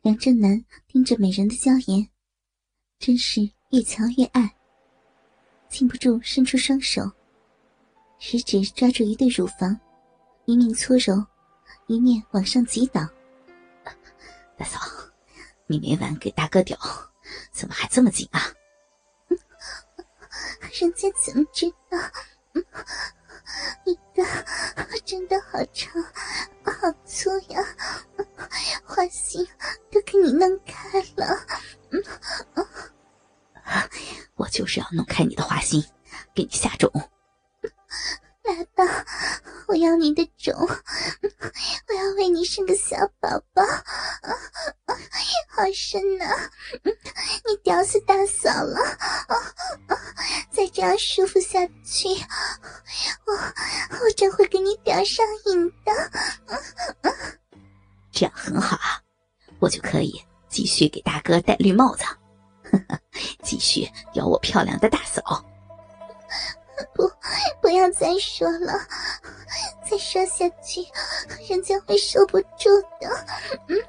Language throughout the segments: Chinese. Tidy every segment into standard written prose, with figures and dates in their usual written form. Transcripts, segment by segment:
梁正南盯着美人的娇颜，真是越瞧越爱，禁不住伸出双手，食指抓住一对乳房，一面搓揉，一面往上击倒。 大嫂，你每晚给大哥屌，怎么还这么紧啊？ 人家怎么知道？你的真的好长好粗呀，花心都给你弄开了。 我就是要弄开你的花心，给你下种。 来吧，我要你的种，我要为你生个小宝宝。好深啊，你屌死大嫂了。再这样舒服下去，我真会给你屌上瘾的。 这样很好啊，我就可以继续给大哥戴绿帽子，继续屌我漂亮的大嫂。 不要再说了，再说下去人家会受不住的。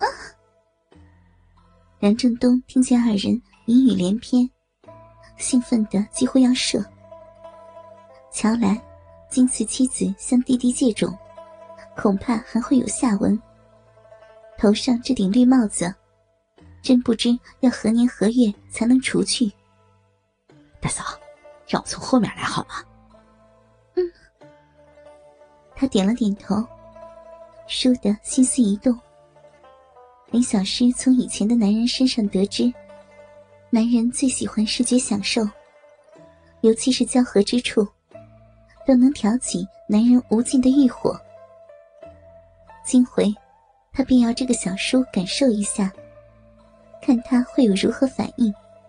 梁正东听见二人淫语连篇，兴奋得几乎要射。瞧来今次妻子向弟弟借种，恐怕还会有下文。头上这顶绿帽子，真不知要何年何月才能除去。 大嫂，让我从后面来好吗？ 他点了点头，倏地心思一动。林小诗从以前的男人身上得知，男人最喜欢视觉享受，尤其是交合之处，都能挑起男人无尽的欲火。今回他便要这个小叔感受一下，看他会有如何反应。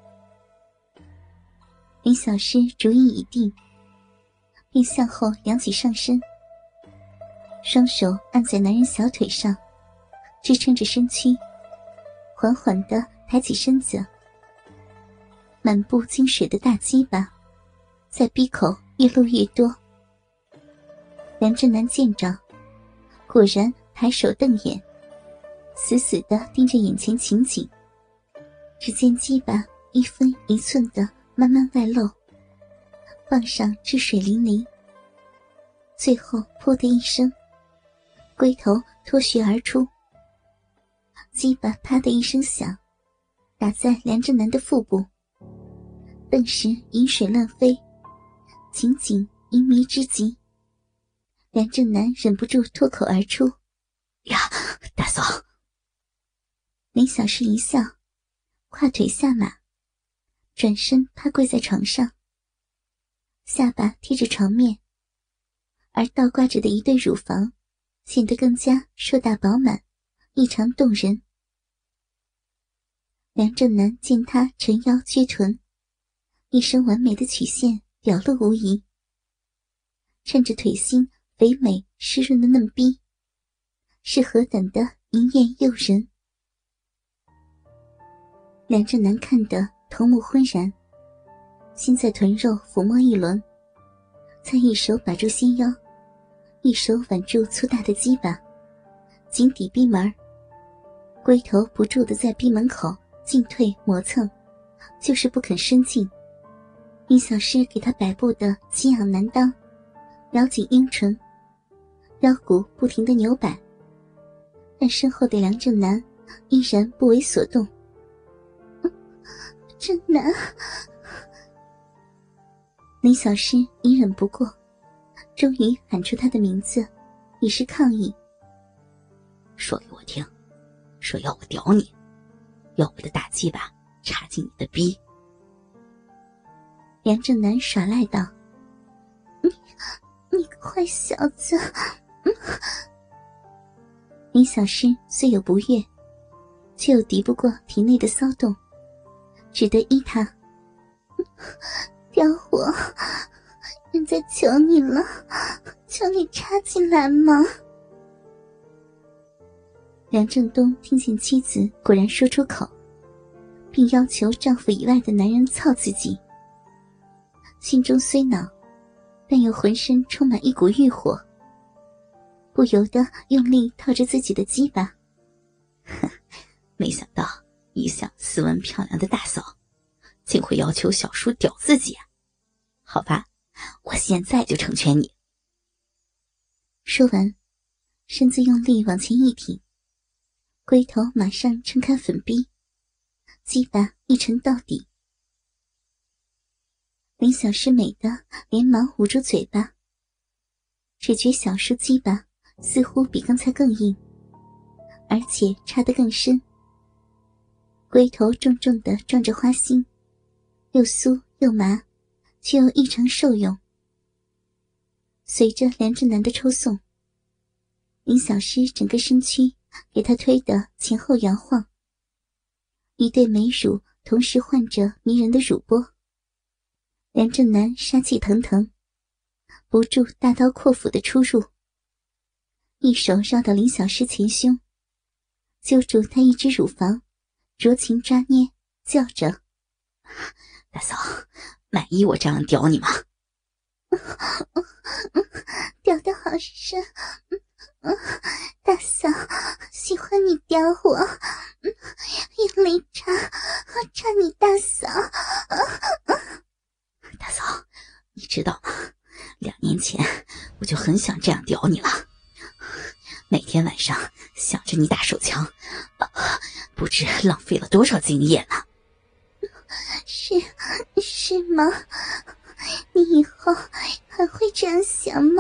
林小诗主意已定，便向后扬起上身，双手按在男人小腿上，支撑着身躯，缓缓地抬起身子。满布精水的大鸡巴在鼻口越露越多。梁正南见着，果然抬手瞪眼，死死地盯着眼前情景。只见鸡巴一分一寸地慢慢外露，棒上汁水淋漓，最后噗的一声，龟头脱穴而出，鸡巴啪的一声响，打在梁正南的腹部，顿时饮水乱飞，情景淫迷之极。梁正南忍不住脱口而出： 呀，大嫂！ 林小诗一笑，跨腿下马，转身趴跪在床上，下巴贴着床面，而倒挂着的一对乳房显得更加硕大饱满，异常动人。梁正南见他沉腰撅臀，一身完美的曲线表露无遗，趁着腿心肥美湿润的嫩逼，是何等的淫艳诱人。梁正南看得头目昏然，心在臀肉抚摸一轮，才一手把住纤腰，一手挽住粗大的鸡巴，紧抵逼门，龟头不住地在逼门口进退磨蹭，就是不肯伸进。林小诗给他摆布的激昂难当，咬紧阴唇，腰骨不停地扭摆，但身后的梁正南依然不为所动。真难！林小诗隐忍不过，终于喊出他的名字，以示抗议。 说给我听，说要我屌你，要我的大鸡巴插进你的逼。 梁正南耍赖道：你个坏小子！林小诗虽有不悦，却又敌不过体内的骚动，只得依他：屌我，人家求你了，求你插进来嘛。梁正东听见妻子果然说出口，并要求丈夫以外的男人操自己，心中虽恼，但又浑身充满一股欲火，不由得用力套着自己的鸡巴。 没想到一向斯文漂亮的大嫂竟会要求小叔屌自己啊！好吧，我现在就成全你。 说完，身子用力往前一挺，龟头马上撑开粉壁，鸡巴一沉到底。林小诗美得连忙捂住嘴巴，只觉小叔鸡巴似乎比刚才更硬，而且插得更深。龟头重重地撞着花心，又酥又麻，却又异常受用。随着梁志南的抽送，林小诗整个身躯给他推得前后摇晃，一对美乳同时换着迷人的乳波。梁振南杀气腾腾，不住大刀阔斧的出入，一手绕到林小诗前胸，揪住她一只乳房，酌情抓捏，叫着： 大嫂，满意我这样屌你吗？ 屌得好深，大嫂喜欢你屌我，用力插你大嫂。 大嫂，你知道吗？2年前我就很想这样屌你了，每天晚上想着你打手枪，不知浪费了多少精液呢。 是吗？你以后还会这样想吗？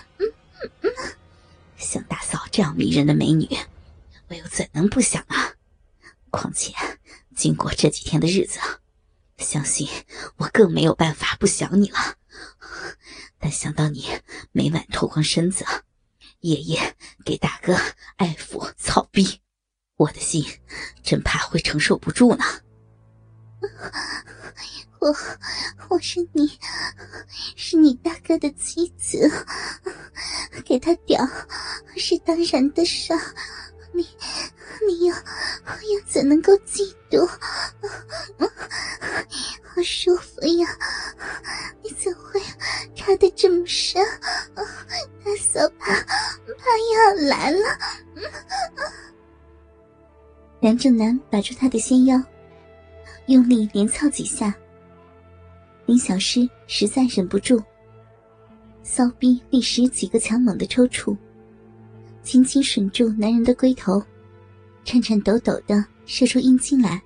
像大嫂这样迷人的美女，我又怎能不想啊？况且经过这几天的日子，相信我更没有办法不想你了。但想到你每晚脱光身子，夜夜给大哥爱抚操逼，我的心真怕会承受不住呢。 我是你大哥的妻子，给他屌是当然的事，你又怎能够嫉妒？好舒服呀，你怎会插得这么深？大嫂怕要来了。梁正南把住他的纤腰，用力连操几下。林小诗实在忍不住，骚逼立时几个强猛的抽搐，紧紧吮住男人的龟头，颤颤抖抖地射出阴茎来。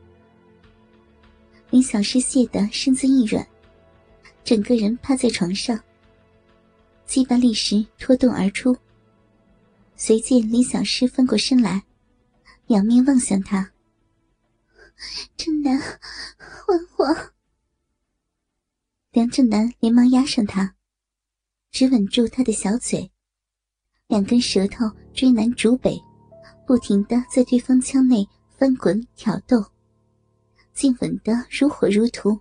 林小诗泄得身子一软，整个人趴在床上，鸡巴立时脱洞而出。随见林小诗翻过身来，仰面望向他：正南，还我！梁正南连忙压上他，只稳住他的小嘴，2根舌头追南逐北，不停地在对方腔内翻滚挑逗，竟吻得如火如荼。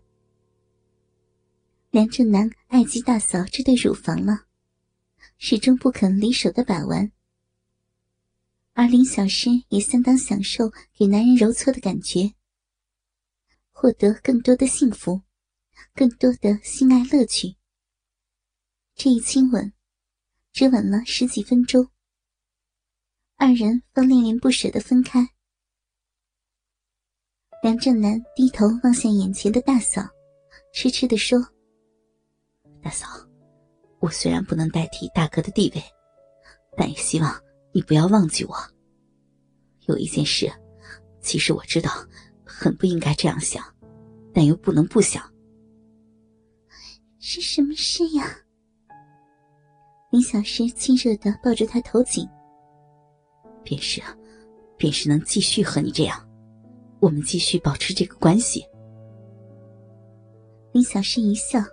梁正南爱姬大嫂这对乳房了，始终不肯离手的把玩，而林小诗也相当享受给男人揉搓的感觉，获得更多的幸福，更多的性爱乐趣。这一亲吻只吻了10几分钟，2人方恋恋不舍地分开。梁正南低头望向眼前的大嫂，痴痴地说： 大嫂，我虽然不能代替大哥的地位，但也希望你不要忘记我。有一件事，其实我知道很不应该这样想，但又不能不想。 是什么事呀？林小诗亲热地抱着他头颈。 便是能继续和你这样，我们继续保持这个关系。 林小诗一笑：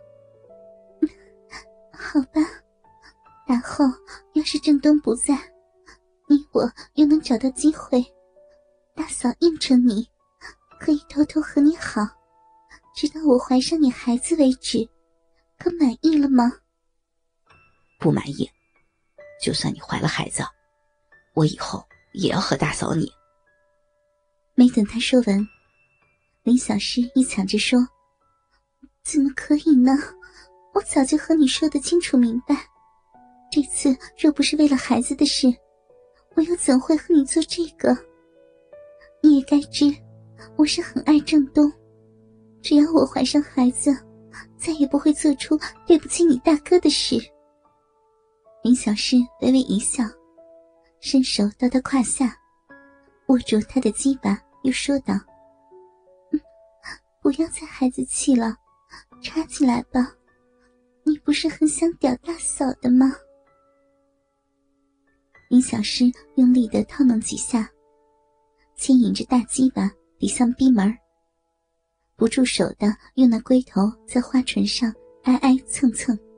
好吧，打后要是郑东不在，你我又能找到机会，大嫂应承你，可以偷偷和你好，直到我怀上你孩子为止，可满意了吗？ 不满意，就算你怀了孩子，我以后也要和大嫂你。 没等他说完，林小诗一抢着说：怎么可以呢？我早就和你说得清楚明白，这次若不是为了孩子的事，我又怎会和你做这个？你也该知我是很爱郑东，只要我怀上孩子，再也不会做出对不起你大哥的事。林小诗微微一笑，伸手到他胯下，握住他的鸡巴，又说道：不要再孩子气了，插进来吧，你不是很想屌大嫂的吗？林小诗用力地套弄几下，牵引着大鸡巴抵向逼门，不住手地用那龟头在花唇上挨挨蹭蹭。